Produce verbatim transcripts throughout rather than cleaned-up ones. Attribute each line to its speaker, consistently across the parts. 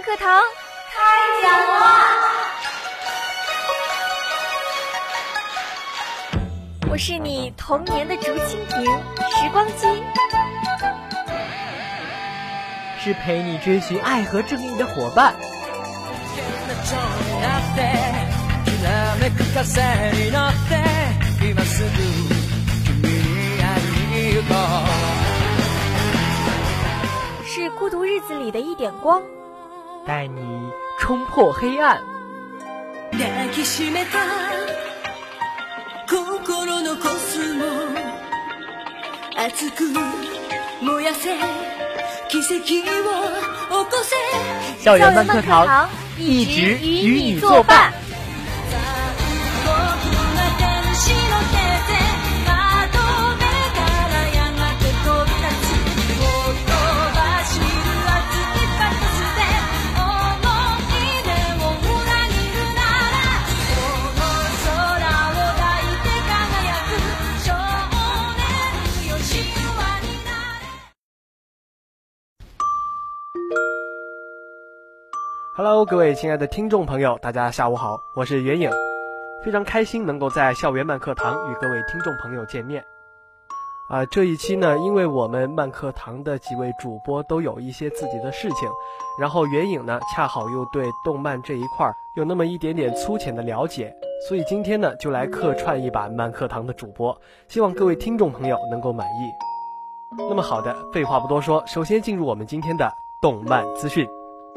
Speaker 1: 课堂开讲啦！我是你童年的竹蜻蜓时光机，
Speaker 2: 是陪你追寻爱和正义的伙伴。
Speaker 1: 是孤独日子里的一点光，
Speaker 2: 带你冲破黑暗。校园慢课堂一直与你作伴。Hello， 各位亲爱的听众朋友，大家下午好，我是袁颖，非常开心能够在校园慢课堂与各位听众朋友见面。啊、呃，这一期呢，因为我们慢课堂的几位主播都有一些自己的事情，然后袁颖呢恰好又对动漫这一块有那么一点点粗浅的了解，所以今天呢就来客串一把慢课堂的主播，希望各位听众朋友能够满意。那么好的，废话不多说，首先进入我们今天的动漫资讯。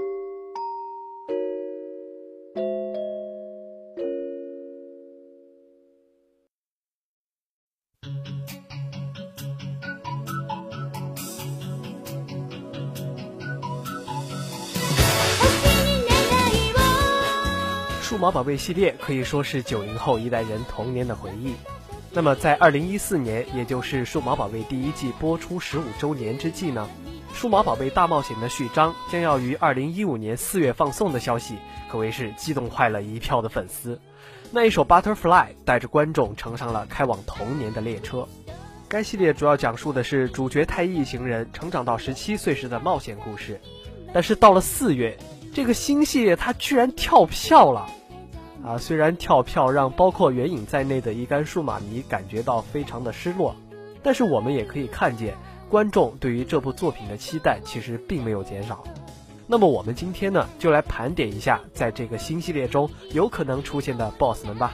Speaker 2: 数码宝贝系列可以说是九零后一代人童年的回忆。那么在二零一四年，也就是数码宝贝第一季播出十五周年之际呢，数码宝贝大冒险的序章将要于二零一五年四月放送的消息，可谓是激动坏了一票的粉丝。那一首 Butterfly 带着观众乘上了开往童年的列车。该系列主要讲述的是主角太一行人成长到十七岁时的冒险故事。但是到了四月，这个新系列它居然跳票了。啊，虽然跳票让包括袁颖在内的一干数码迷感觉到非常的失落，但是我们也可以看见观众对于这部作品的期待其实并没有减少。那么我们今天呢，就来盘点一下在这个新系列中有可能出现的 B O S S 们吧。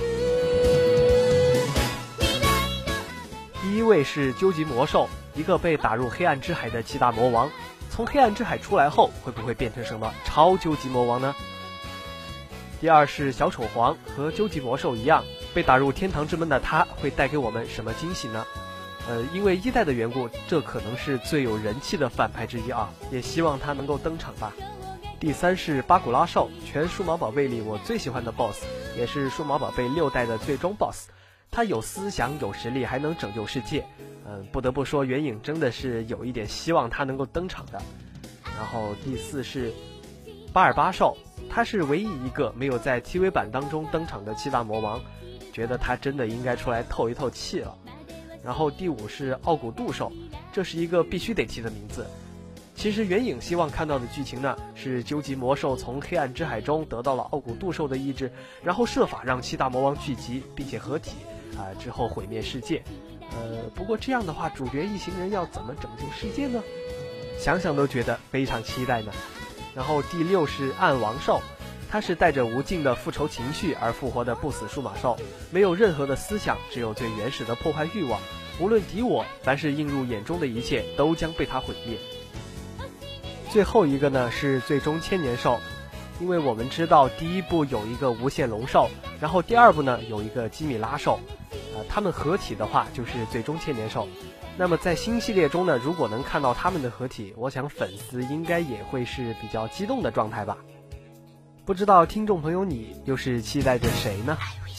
Speaker 2: 第一位是究极魔兽，一个被打入黑暗之海的七大魔王，从黑暗之海出来后会不会变成什么超究极魔王呢？第二是小丑皇，和究极魔兽一样，被打入天堂之门的他会带给我们什么惊喜呢？呃，因为一代的缘故，这可能是最有人气的反派之一啊，也希望他能够登场吧。第三是巴古拉兽，全数码宝贝里我最喜欢的 B O S S， 也是数码宝贝六代的最终 B O S S， 他有思想有实力，还能拯救世界。嗯、呃，不得不说袁颖真的是有一点希望他能够登场的。然后第四是巴尔巴兽，他是唯一一个没有在 T V 版当中登场的七大魔王，觉得他真的应该出来透一透气了。然后第五是奥古杜兽，这是一个必须得提的名字。其实袁颖希望看到的剧情呢，是究极魔兽从黑暗之海中得到了奥古杜兽的意志，然后设法让七大魔王聚集并且合体啊、呃，之后毁灭世界。呃，不过这样的话，主角一行人要怎么拯救世界呢？想想都觉得非常期待呢。然后第六是暗王兽，它是带着无尽的复仇情绪而复活的不死数码兽，没有任何的思想，只有最原始的破坏欲望，无论敌我，凡是映入眼中的一切都将被它毁灭。最后一个呢是最终千年兽，因为我们知道第一部有一个无限龙兽，然后第二部呢有一个基米拉兽，呃，它们合体的话就是最终千年兽。那么在新系列中呢，如果能看到他们的合体，我想粉丝应该也会是比较激动的状态吧。不知道听众朋友你又是期待着谁呢？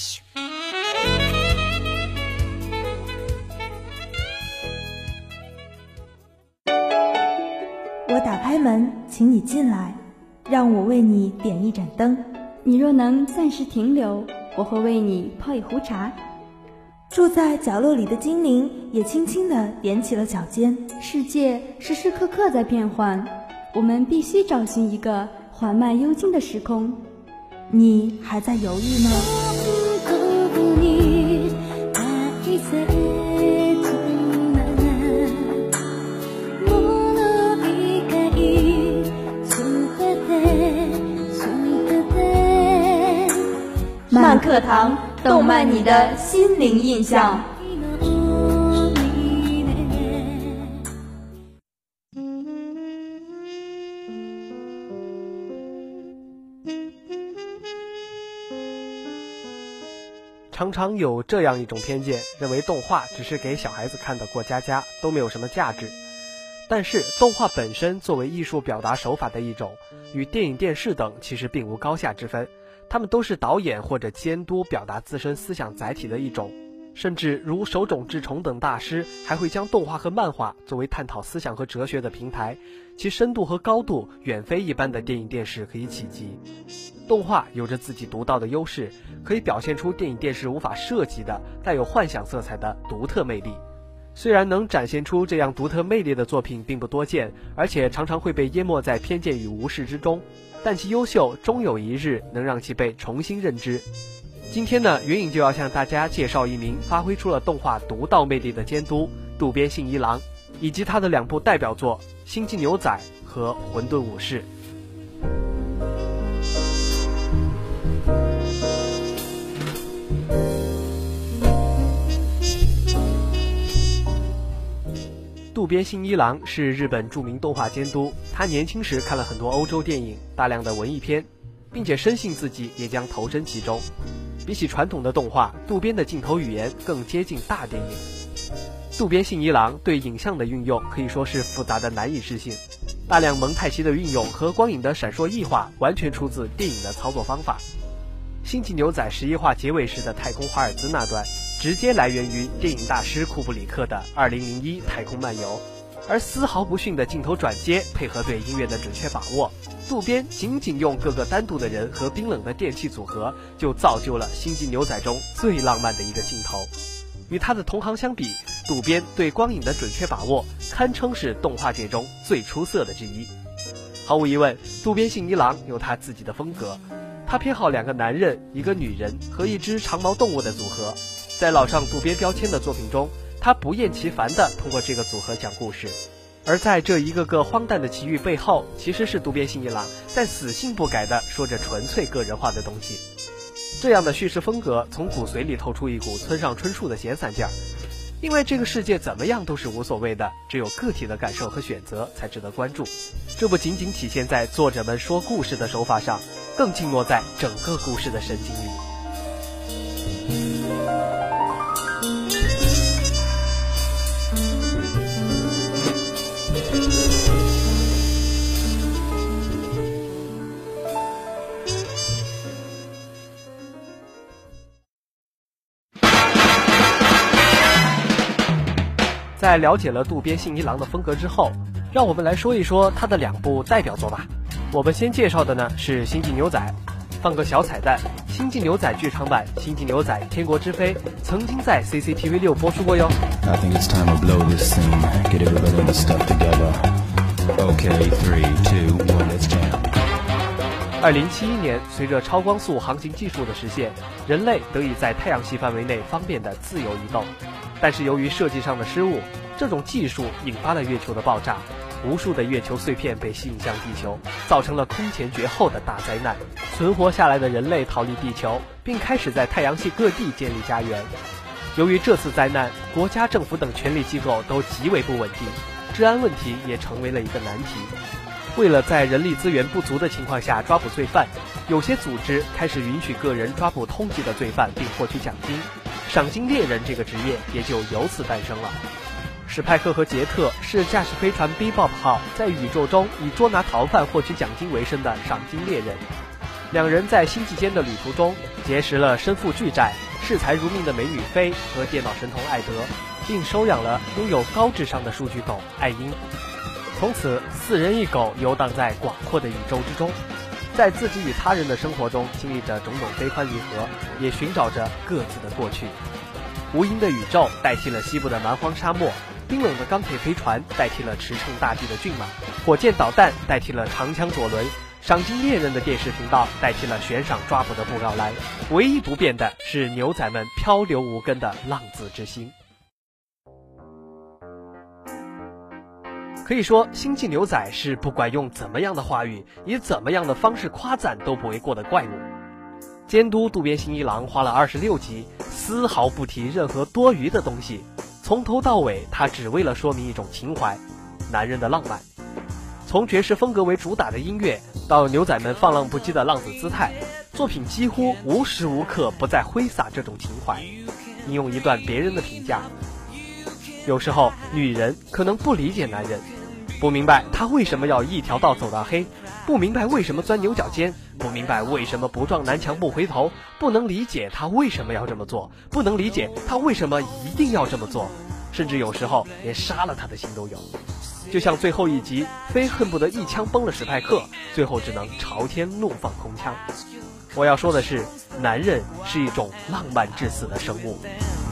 Speaker 3: 我打开门，请你进来，让我为你点一盏灯。
Speaker 4: 你若能暂时停留，我会为你泡一壶茶。
Speaker 3: 住在角落里的精灵也轻轻地踮起了脚尖。
Speaker 4: 世界时时刻刻在变换，我们必须找寻一个缓慢幽静的时空。
Speaker 3: 你还在犹豫吗？
Speaker 4: 漫课堂，动漫你的心灵印象。
Speaker 2: 常常有这样一种偏见，认为动画只是给小孩子看的过家家，都没有什么价值。但是动画本身作为艺术表达手法的一种，与电影电视等其实并无高下之分，它们都是导演或者监督表达自身思想载体的一种。甚至如手冢治虫等大师还会将动画和漫画作为探讨思想和哲学的平台，其深度和高度远非一般的电影电视可以企及。动画有着自己独到的优势，可以表现出电影电视无法涉及的带有幻想色彩的独特魅力。虽然能展现出这样独特魅力的作品并不多见，而且常常会被淹没在偏见与无视之中，但其优秀终有一日能让其被重新认知。今天呢，云影就要向大家介绍一名发挥出了动画独到魅力的监督渡边信一郎，以及他的两部代表作《星际牛仔》和《混沌武士》。渡边信一郎是日本著名动画监督，他年轻时看了很多欧洲电影，大量的文艺片，并且深信自己也将投身其中。比起传统的动画，渡边的镜头语言更接近大电影。渡边信一郎对影像的运用可以说是复杂的难以置信，大量蒙太奇的运用和光影的闪烁异化完全出自电影的操作方法。星际牛仔十一话结尾时的太空华尔兹那段直接来源于电影大师库布里克的二零零一太空漫游，而丝毫不逊的镜头转接配合对音乐的准确把握，渡边仅仅用各个单独的人和冰冷的电器组合，就造就了星际牛仔中最浪漫的一个镜头。与他的同行相比，渡边对光影的准确把握堪称是动画界中最出色的之一。毫无疑问，渡边信一郎有他自己的风格，他偏好两个男人、一个女人和一只长毛动物的组合。在老上渡边标签的作品中，他不厌其烦地通过这个组合讲故事，而在这一个个荒诞的奇遇背后，其实是渡边信一郎在死性不改地说着纯粹个人化的东西。这样的叙事风格从骨髓里透出一股村上春树的闲散劲儿，因为这个世界怎么样都是无所谓的，只有个体的感受和选择才值得关注。这不仅仅体现在作者们说故事的手法上，更浸没在整个故事的神经里。在了解了渡边信一郎的风格之后，让我们来说一说他的两部代表作吧。我们先介绍的呢是《星际牛仔》。放个小彩蛋，《星际牛仔》剧场版《星际牛仔：天国之飞》曾经在 C C T V 六播出过哟。
Speaker 5: I think it's time to blow this scene. Get everybody in the stuff together. Okay, three, two, one, let's jam.
Speaker 2: 二零七一年，随着超光速航行技术的实现，人类得以在太阳系范围内方便的自由移动。但是由于设计上的失误，这种技术引发了月球的爆炸，无数的月球碎片被吸引向地球，造成了空前绝后的大灾难。存活下来的人类逃离地球，并开始在太阳系各地建立家园。由于这次灾难，国家政府等权力机构都极为不稳定，治安问题也成为了一个难题。为了在人力资源不足的情况下抓捕罪犯，有些组织开始允许个人抓捕通缉的罪犯并获取奖金，赏金猎人这个职业也就由此诞生了。史派克和杰特是驾驶飞船 Bebop 号在宇宙中以捉拿逃犯获取奖金为生的赏金猎人。两人在星际间的旅途中结识了身负巨债、视财如命的美女菲和电脑神童艾德，并收养了拥有高智商的数据狗艾因。从此，四人一狗游荡在广阔的宇宙之中，在自己与他人的生活中经历着种种悲欢离合，也寻找着各自的过去。无垠的宇宙代替了西部的蛮荒沙漠，冰冷的钢铁飞船代替了驰骋大地的骏马，火箭导弹代替了长枪左轮， 赏金猎人的电视频道代替了悬赏抓捕的布告栏，唯一不变的是牛仔们漂流无根的浪子之心。可以说，星际牛仔是不管用怎么样的话语，以怎么样的方式夸赞都不为过的怪物。监督渡边信一郎花了二十六集，丝毫不提任何多余的东西，从头到尾他只为了说明一种情怀，男人的浪漫。从爵士风格为主打的音乐，到牛仔们放浪不羁的浪子姿态，作品几乎无时无刻不在挥洒这种情怀。引用一段别人的评价，有时候女人可能不理解男人，不明白他为什么要一条道走到黑，不明白为什么钻牛角尖，不明白为什么不撞南墙不回头，不能理解他为什么要这么做，不能理解他为什么一定要这么做，甚至有时候连杀了他的心都有。就像最后一集，飞恨不得一枪崩了史派克，最后只能朝天怒放空枪。我要说的是，男人是一种浪漫至死的生物。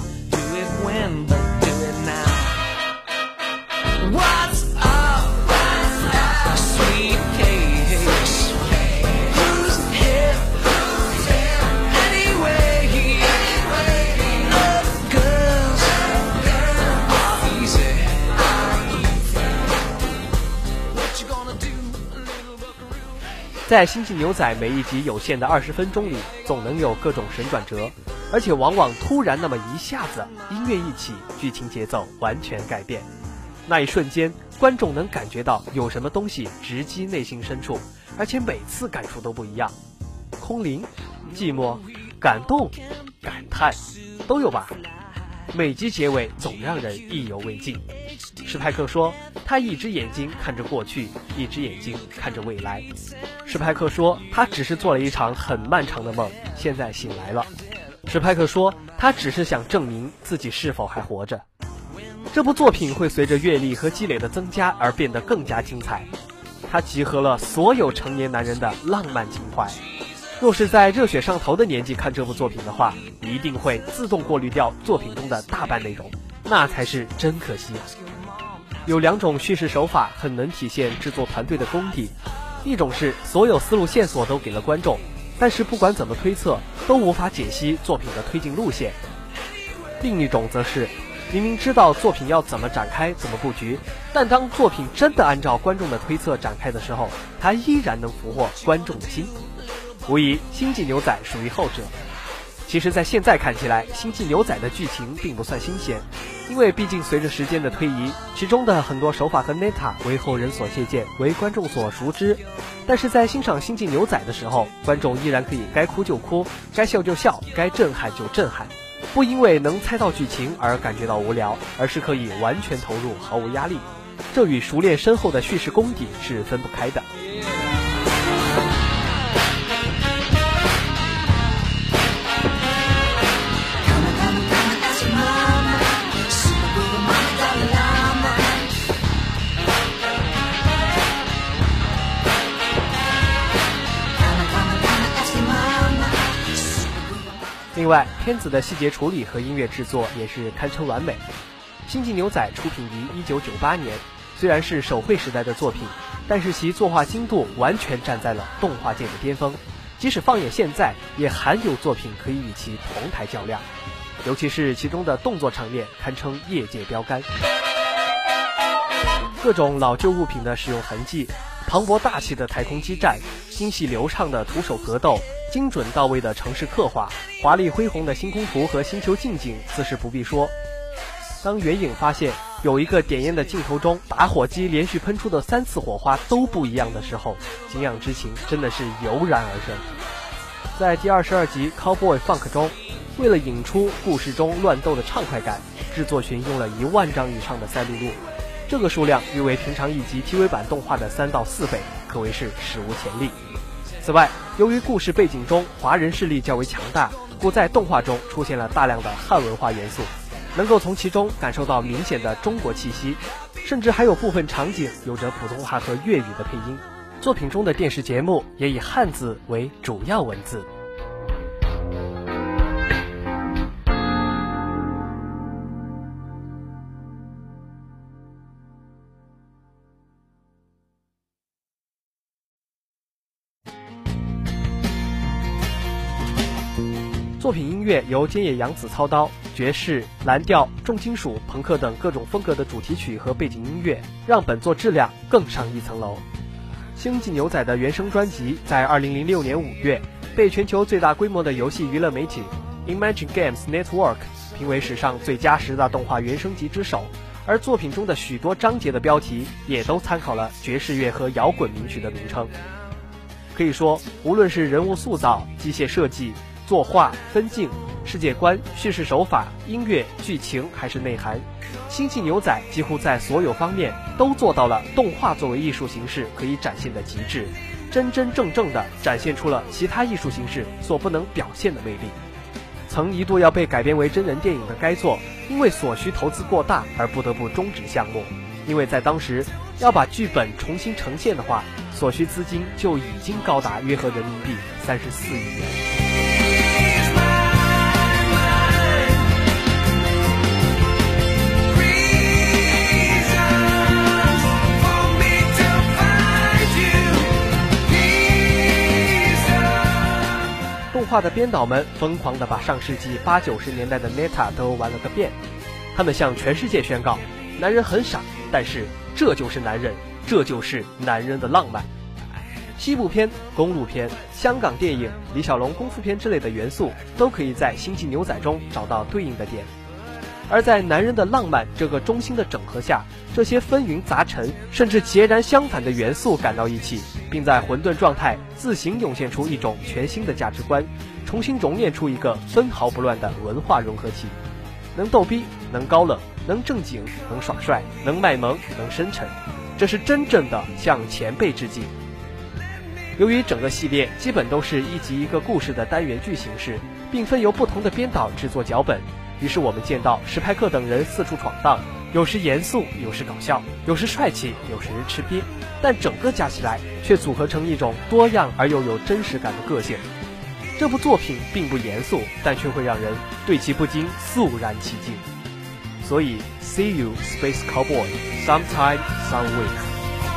Speaker 2: 在星际牛仔每一集有限的二十分钟里，总能有各种神转折，而且往往突然那么一下子，音乐一起，剧情节奏完全改变。那一瞬间，观众能感觉到有什么东西直击内心深处，而且每次感触都不一样，空灵、寂寞、感动、感叹，都有吧。每集结尾总让人意犹未尽。史派克说，他一只眼睛看着过去，一只眼睛看着未来。史派克说，他只是做了一场很漫长的梦，现在醒来了。史派克说，他只是想证明自己是否还活着。这部作品会随着阅历和积累的增加而变得更加精彩。它集合了所有成年男人的浪漫情怀。若是在热血上头的年纪看这部作品的话，一定会自动过滤掉作品中的大半内容，那才是真可惜。有两种叙事手法很能体现制作团队的功底，一种是所有思路线索都给了观众，但是不管怎么推测都无法解析作品的推进路线；另一种则是明明知道作品要怎么展开怎么布局，但当作品真的按照观众的推测展开的时候，它依然能俘获观众的心。无疑星际牛仔属于后者。其实在现在看起来，星际牛仔的剧情并不算新鲜，因为毕竟随着时间的推移，其中的很多手法和 meta 为后人所借鉴，为观众所熟知。但是在欣赏星际牛仔的时候，观众依然可以该哭就哭，该笑就笑，该震撼就震撼，不因为能猜到剧情而感觉到无聊，而是可以完全投入，毫无压力。这与熟练深厚的叙事功底是分不开的。另外，片子的细节处理和音乐制作也是堪称完美。星际牛仔出品于一九九八年，虽然是手绘时代的作品，但是其作画精度完全站在了动画界的巅峰，即使放眼现在，也罕有作品可以与其同台较量。尤其是其中的动作场面堪称业界标杆，各种老旧物品的使用痕迹，磅礴大气的太空激战，精细流畅的徒手格斗，精准到位的城市刻画，华丽恢宏的星空图和星球近景自是不必说。当远影发现有一个点烟的镜头中，打火机连续喷出的三次火花都不一样的时候，敬仰之情真的是油然而生。在第二十二集 Cowboy Funk 中，为了引出故事中乱斗的畅快感，制作群用了一万张以上的赛璐璐，这个数量约为平常一集 T V 版动画的三到四倍，可谓是史无前例。此外，由于故事背景中华人势力较为强大，故在动画中出现了大量的汉文化元素，能够从其中感受到明显的中国气息，甚至还有部分场景有着普通话和粤语的配音。作品中的电视节目也以汉字为主要文字。 作品音乐由菅野洋子操刀，爵士、蓝调、重金属、朋克等各种风格的主题曲和背景音乐，让本作质量更上一层楼。星际牛仔的原声专辑在二零零六年五月被全球最大规模的游戏娱乐媒体 Imagine Games Network 评为史上最佳十大动画原声集之首，而作品中的许多章节的标题也都参考了爵士乐和摇滚名曲的名称。可以说，无论是人物塑造、机械设计、作画、分镜、世界观、叙事手法、音乐、剧情还是内涵，星际牛仔几乎在所有方面都做到了动画作为艺术形式可以展现的极致，真真正正地展现出了其他艺术形式所不能表现的魅力。曾一度要被改编为真人电影的该作，因为所需投资过大而不得不终止项目，因为在当时要把剧本重新呈现的话，所需资金就已经高达约合人民币三十四亿元。动画的编导们疯狂地把上世纪八九十年代的 meta 都玩了个遍，他们向全世界宣告，男人很傻，但是这就是男人，这就是男人的浪漫。西部片、公路片、香港电影、李小龙功夫片之类的元素都可以在星际牛仔中找到对应的点，而在男人的浪漫这个中心的整合下，这些纷纭杂陈甚至截然相反的元素赶到一起，并在混沌状态自行涌现出一种全新的价值观，重新熔炼出一个分毫不乱的文化融合体，能逗逼，能高冷，能正经，能耍帅，能卖萌，能深沉，这是真正的向前辈致敬。由于整个系列基本都是一集一个故事的单元剧形式，并分由不同的编导制作脚本，于是我们见到史派克等人四处闯荡，有时严肃，有时搞笑，有时帅气，有时吃瘪，但整个加起来却组合成一种多样而又有真实感的个性。这部作品并不严肃，但却会让人对其不禁肃然起敬。所以 See you, Space Cowboy, sometime, somewhere。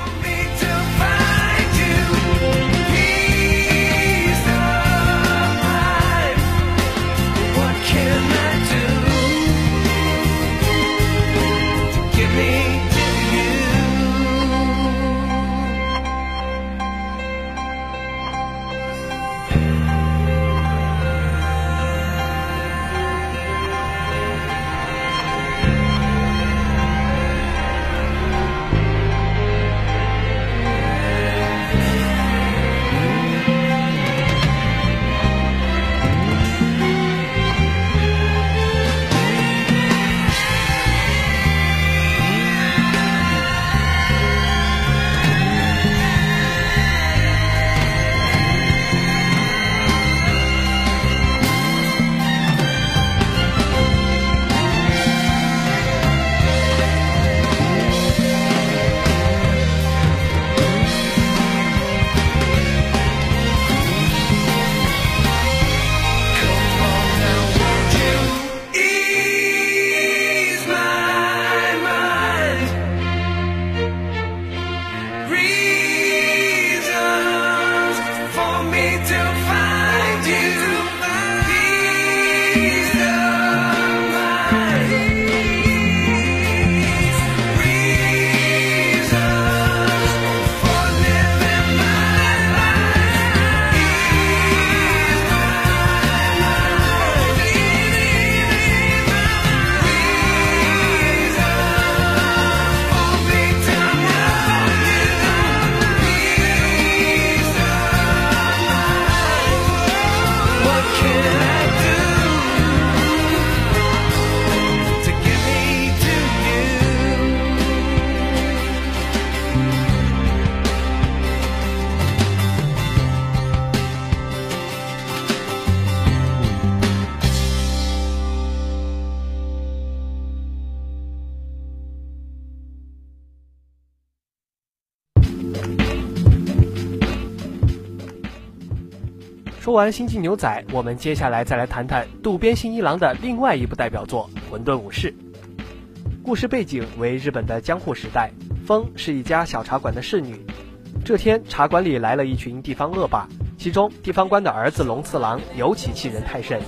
Speaker 2: 说完星际牛仔，我们接下来再来谈谈渡边信一郎的另外一部代表作《混沌武士》。故事背景为日本的江户时代，风是一家小茶馆的侍女。这天，茶馆里来了一群地方恶霸，其中地方官的儿子龙次郎尤其欺人太甚。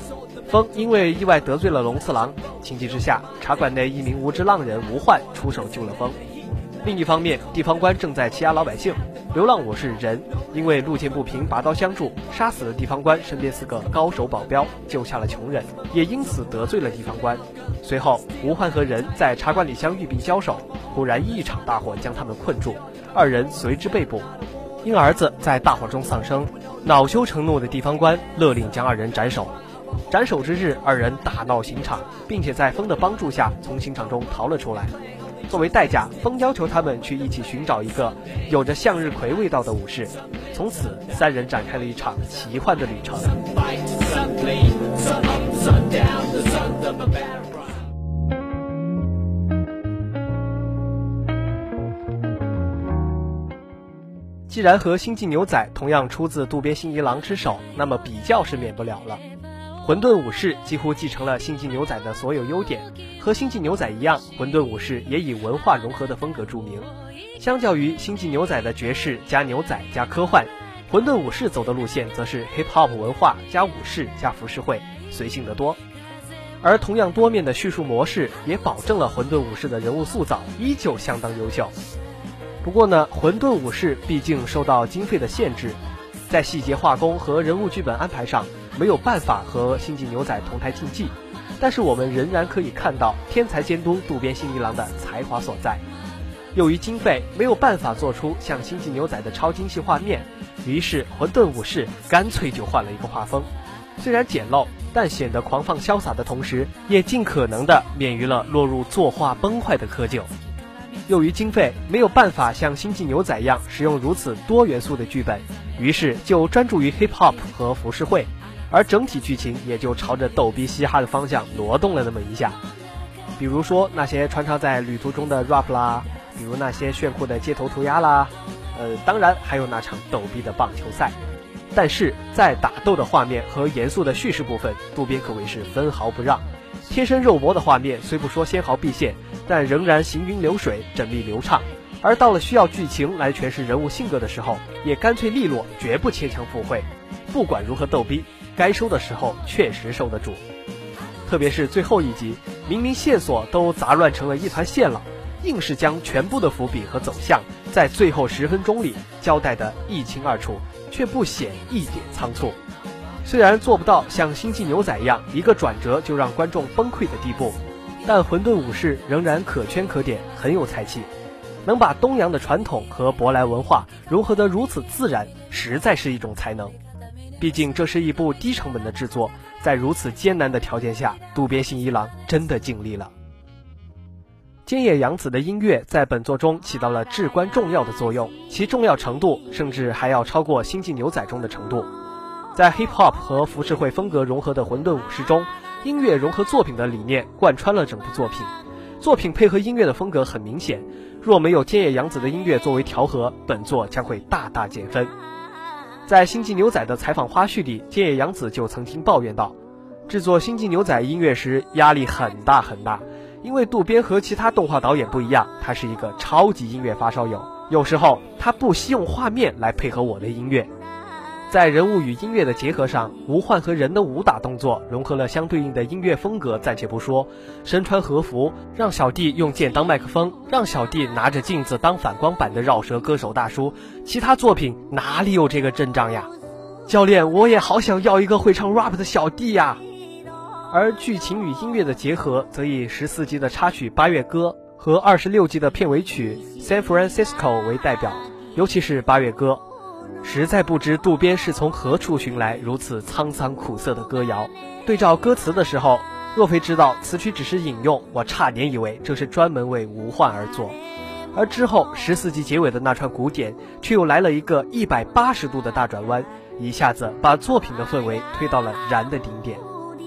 Speaker 2: 风因为意外得罪了龙次郎，情急之下，茶馆内一名无知浪人吴焕出手救了风。另一方面，地方官正在欺压老百姓，流浪武士仁因为路见不平拔刀相助，杀死了地方官身边四个高手保镖，救下了穷人，也因此得罪了地方官。随后，吴焕和仁在茶馆里相遇并交手，忽然一场大火将他们困住，二人随之被捕。因儿子在大火中丧生，恼羞成怒的地方官勒令将二人斩首。斩首之日，二人大闹刑场，并且在风的帮助下从刑场中逃了出来。作为代价，风要求他们去一起寻找一个有着向日葵味道的武士。从此，三人展开了一场奇幻的旅程。既然和星际牛仔同样出自渡边信一郎之手，那么比较是免不了了。混沌武士几乎继承了星际牛仔的所有优点，和星际牛仔一样，混沌武士也以文化融合的风格著名。相较于星际牛仔的爵士加牛仔加科幻，混沌武士走的路线则是 hip hop 文化加武士加浮世绘，随性得多。而同样多面的叙述模式也保证了混沌武士的人物塑造依旧相当优秀。不过呢，混沌武士毕竟受到经费的限制，在细节画工和人物剧本安排上没有办法和星际牛仔同台竞技，但是我们仍然可以看到天才监督渡边信一郎的才华所在。由于经费没有办法做出像星际牛仔的超精细画面，于是混沌武士干脆就换了一个画风，虽然简陋，但显得狂放潇洒的同时，也尽可能的免于了落入作画崩坏的窠臼。由于经费没有办法像星际牛仔一样使用如此多元素的剧本，于是就专注于 hip hop 和浮世绘，而整体剧情也就朝着逗逼嘻哈的方向挪动了那么一下。比如说那些穿插在旅途中的 rap 啦，比如那些炫酷的街头涂鸦啦，呃，当然还有那场逗逼的棒球赛。但是在打斗的画面和严肃的叙事部分，渡边可谓是分毫不让。天生肉搏的画面虽不说纤毫毕现，但仍然行云流水，缜密流畅。而到了需要剧情来诠释人物性格的时候，也干脆利落，绝不牵强附会。不管如何逗逼，该收的时候确实收得住。特别是最后一集，明明线索都杂乱成了一团线了，硬是将全部的伏笔和走向在最后十分钟里交代得一清二楚，却不显一点仓促。虽然做不到像星际牛仔一样一个转折就让观众崩溃的地步，但混沌武士仍然可圈可点，很有才气。能把东洋的传统和舶来文化融合得如此自然，实在是一种才能。毕竟这是一部低成本的制作，在如此艰难的条件下，渡边信一郎真的尽力了。菅野洋子的音乐在本作中起到了至关重要的作用，其重要程度甚至还要超过星际牛仔中的程度。在 hip hop 和浮世绘风格融合的混沌武士中，音乐融合作品的理念贯穿了整部作品，作品配合音乐的风格很明显，若没有菅野洋子的音乐作为调和，本作将会大大减分。在星际牛仔的采访花絮里，菅野洋子就曾经抱怨到，制作星际牛仔音乐时压力很大很大，因为渡边和其他动画导演不一样，他是一个超级音乐发烧友，有时候他不惜用画面来配合我的音乐。在人物与音乐的结合上，吴焕和人的武打动作融合了相对应的音乐风格，暂且不说，身穿和服，让小弟用剑当麦克风，让小弟拿着镜子当反光板的饶舌歌手大叔，其他作品哪里有这个阵仗呀？教练，我也好想要一个会唱 rap 的小弟呀！而剧情与音乐的结合，则以十四集的插曲《八月歌》和二十六集的片尾曲《San Francisco》为代表，尤其是《八月歌》。实在不知渡边是从何处寻来如此沧桑苦涩的歌谣。对照歌词的时候，若非知道此曲只是引用，我差点以为这是专门为吴焕而作。而之后十四集结尾的那串鼓点，却又来了一个一百八十度的大转弯，一下子把作品的氛围推到了燃的顶点。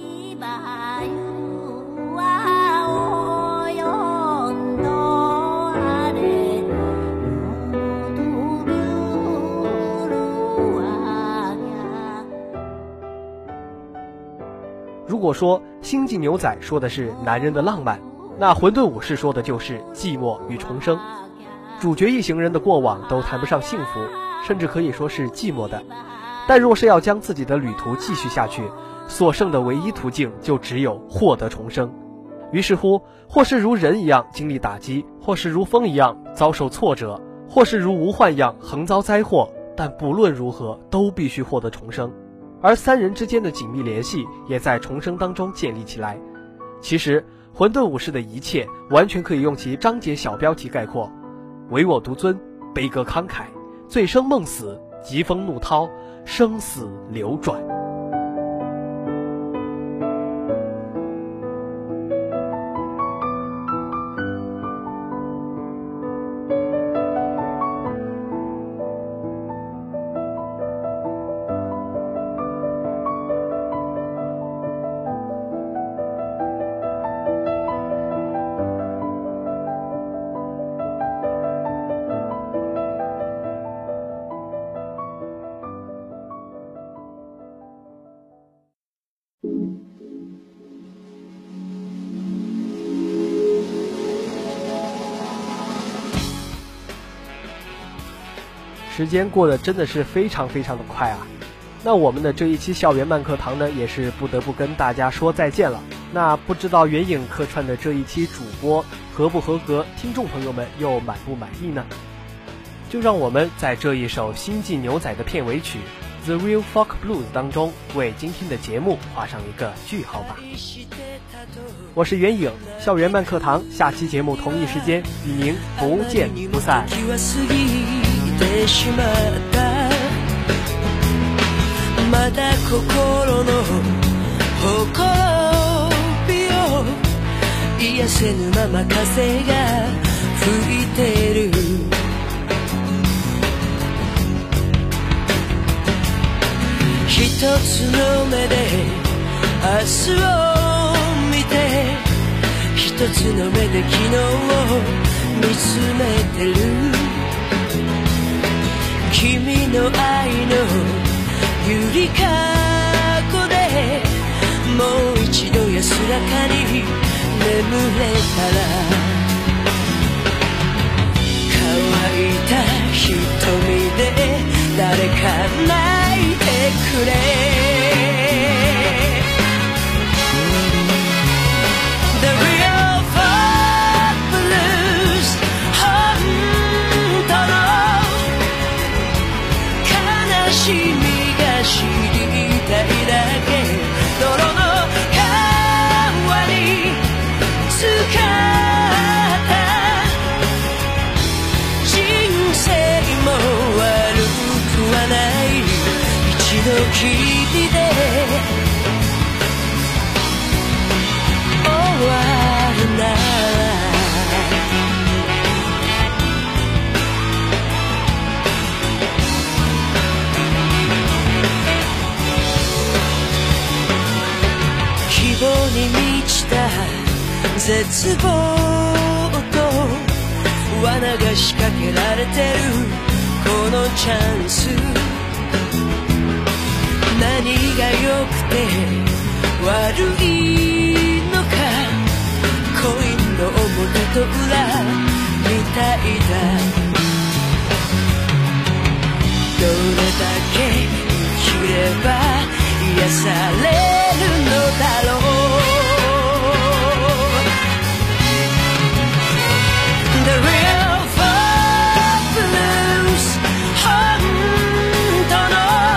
Speaker 2: 如果说星际牛仔说的是男人的浪漫，那混沌武士说的就是寂寞与重生。主角一行人的过往都谈不上幸福，甚至可以说是寂寞的。但若是要将自己的旅途继续下去， 所剩的唯一途径就只有获得重生。于是乎，或是如人一样经历打击，或是如风一样遭受挫折，或是如无患一样横遭灾祸，但不论如何都必须获得重生。而三人之间的紧密联系也在重生当中建立起来。其实混沌武士的一切完全可以用其章节小标题概括：唯我独尊，悲歌慷慨，醉生梦死，疾风怒涛，生死流转。时间过得真的是非常非常的快啊！那我们的这一期校园漫课堂呢，也是不得不跟大家说再见了。那不知道原影客串的这一期主播合不合格，听众朋友们又满不满意呢？就让我们在这一首《星际牛仔》的片尾曲《The Real Folk Blues》当中，为今天的节目画上一个句号吧。我是原影，校园漫课堂，下期节目同一时间与您不见不散。
Speaker 6: てしまったまだ心のほころびを癒せぬまま風が吹いてる一つの目で明日を見て一つの目で昨日を見つめてる君の愛のゆりかごでもう一度安らかに眠れたら乾いた瞳で誰か泣いてくれ君が知りたいだけ泥の川に浸かった人生も悪くはない一度きりで終わるなら希望に満ちた絶望と罠が仕掛けられてるこのチャンス何が良くて悪いのかコインの表と裏みたいだどれだけ生きれば癒されるのだろう The real folk blues 本当の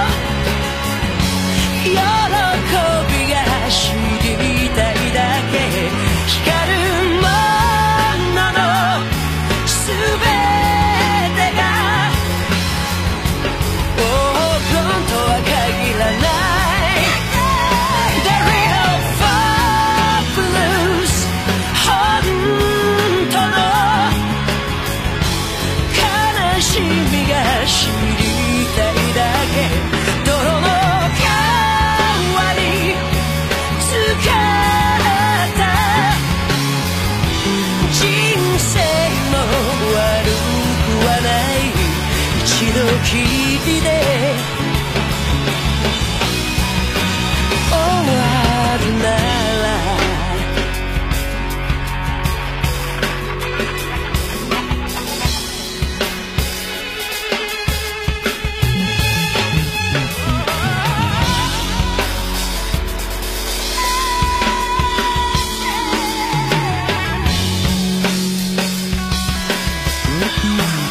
Speaker 6: 喜びが知りたいだけ光るものの全てが黄金とは限らない知りたいだけ泥の川に浸かった人生も悪くはない一度きりで終わるなら 「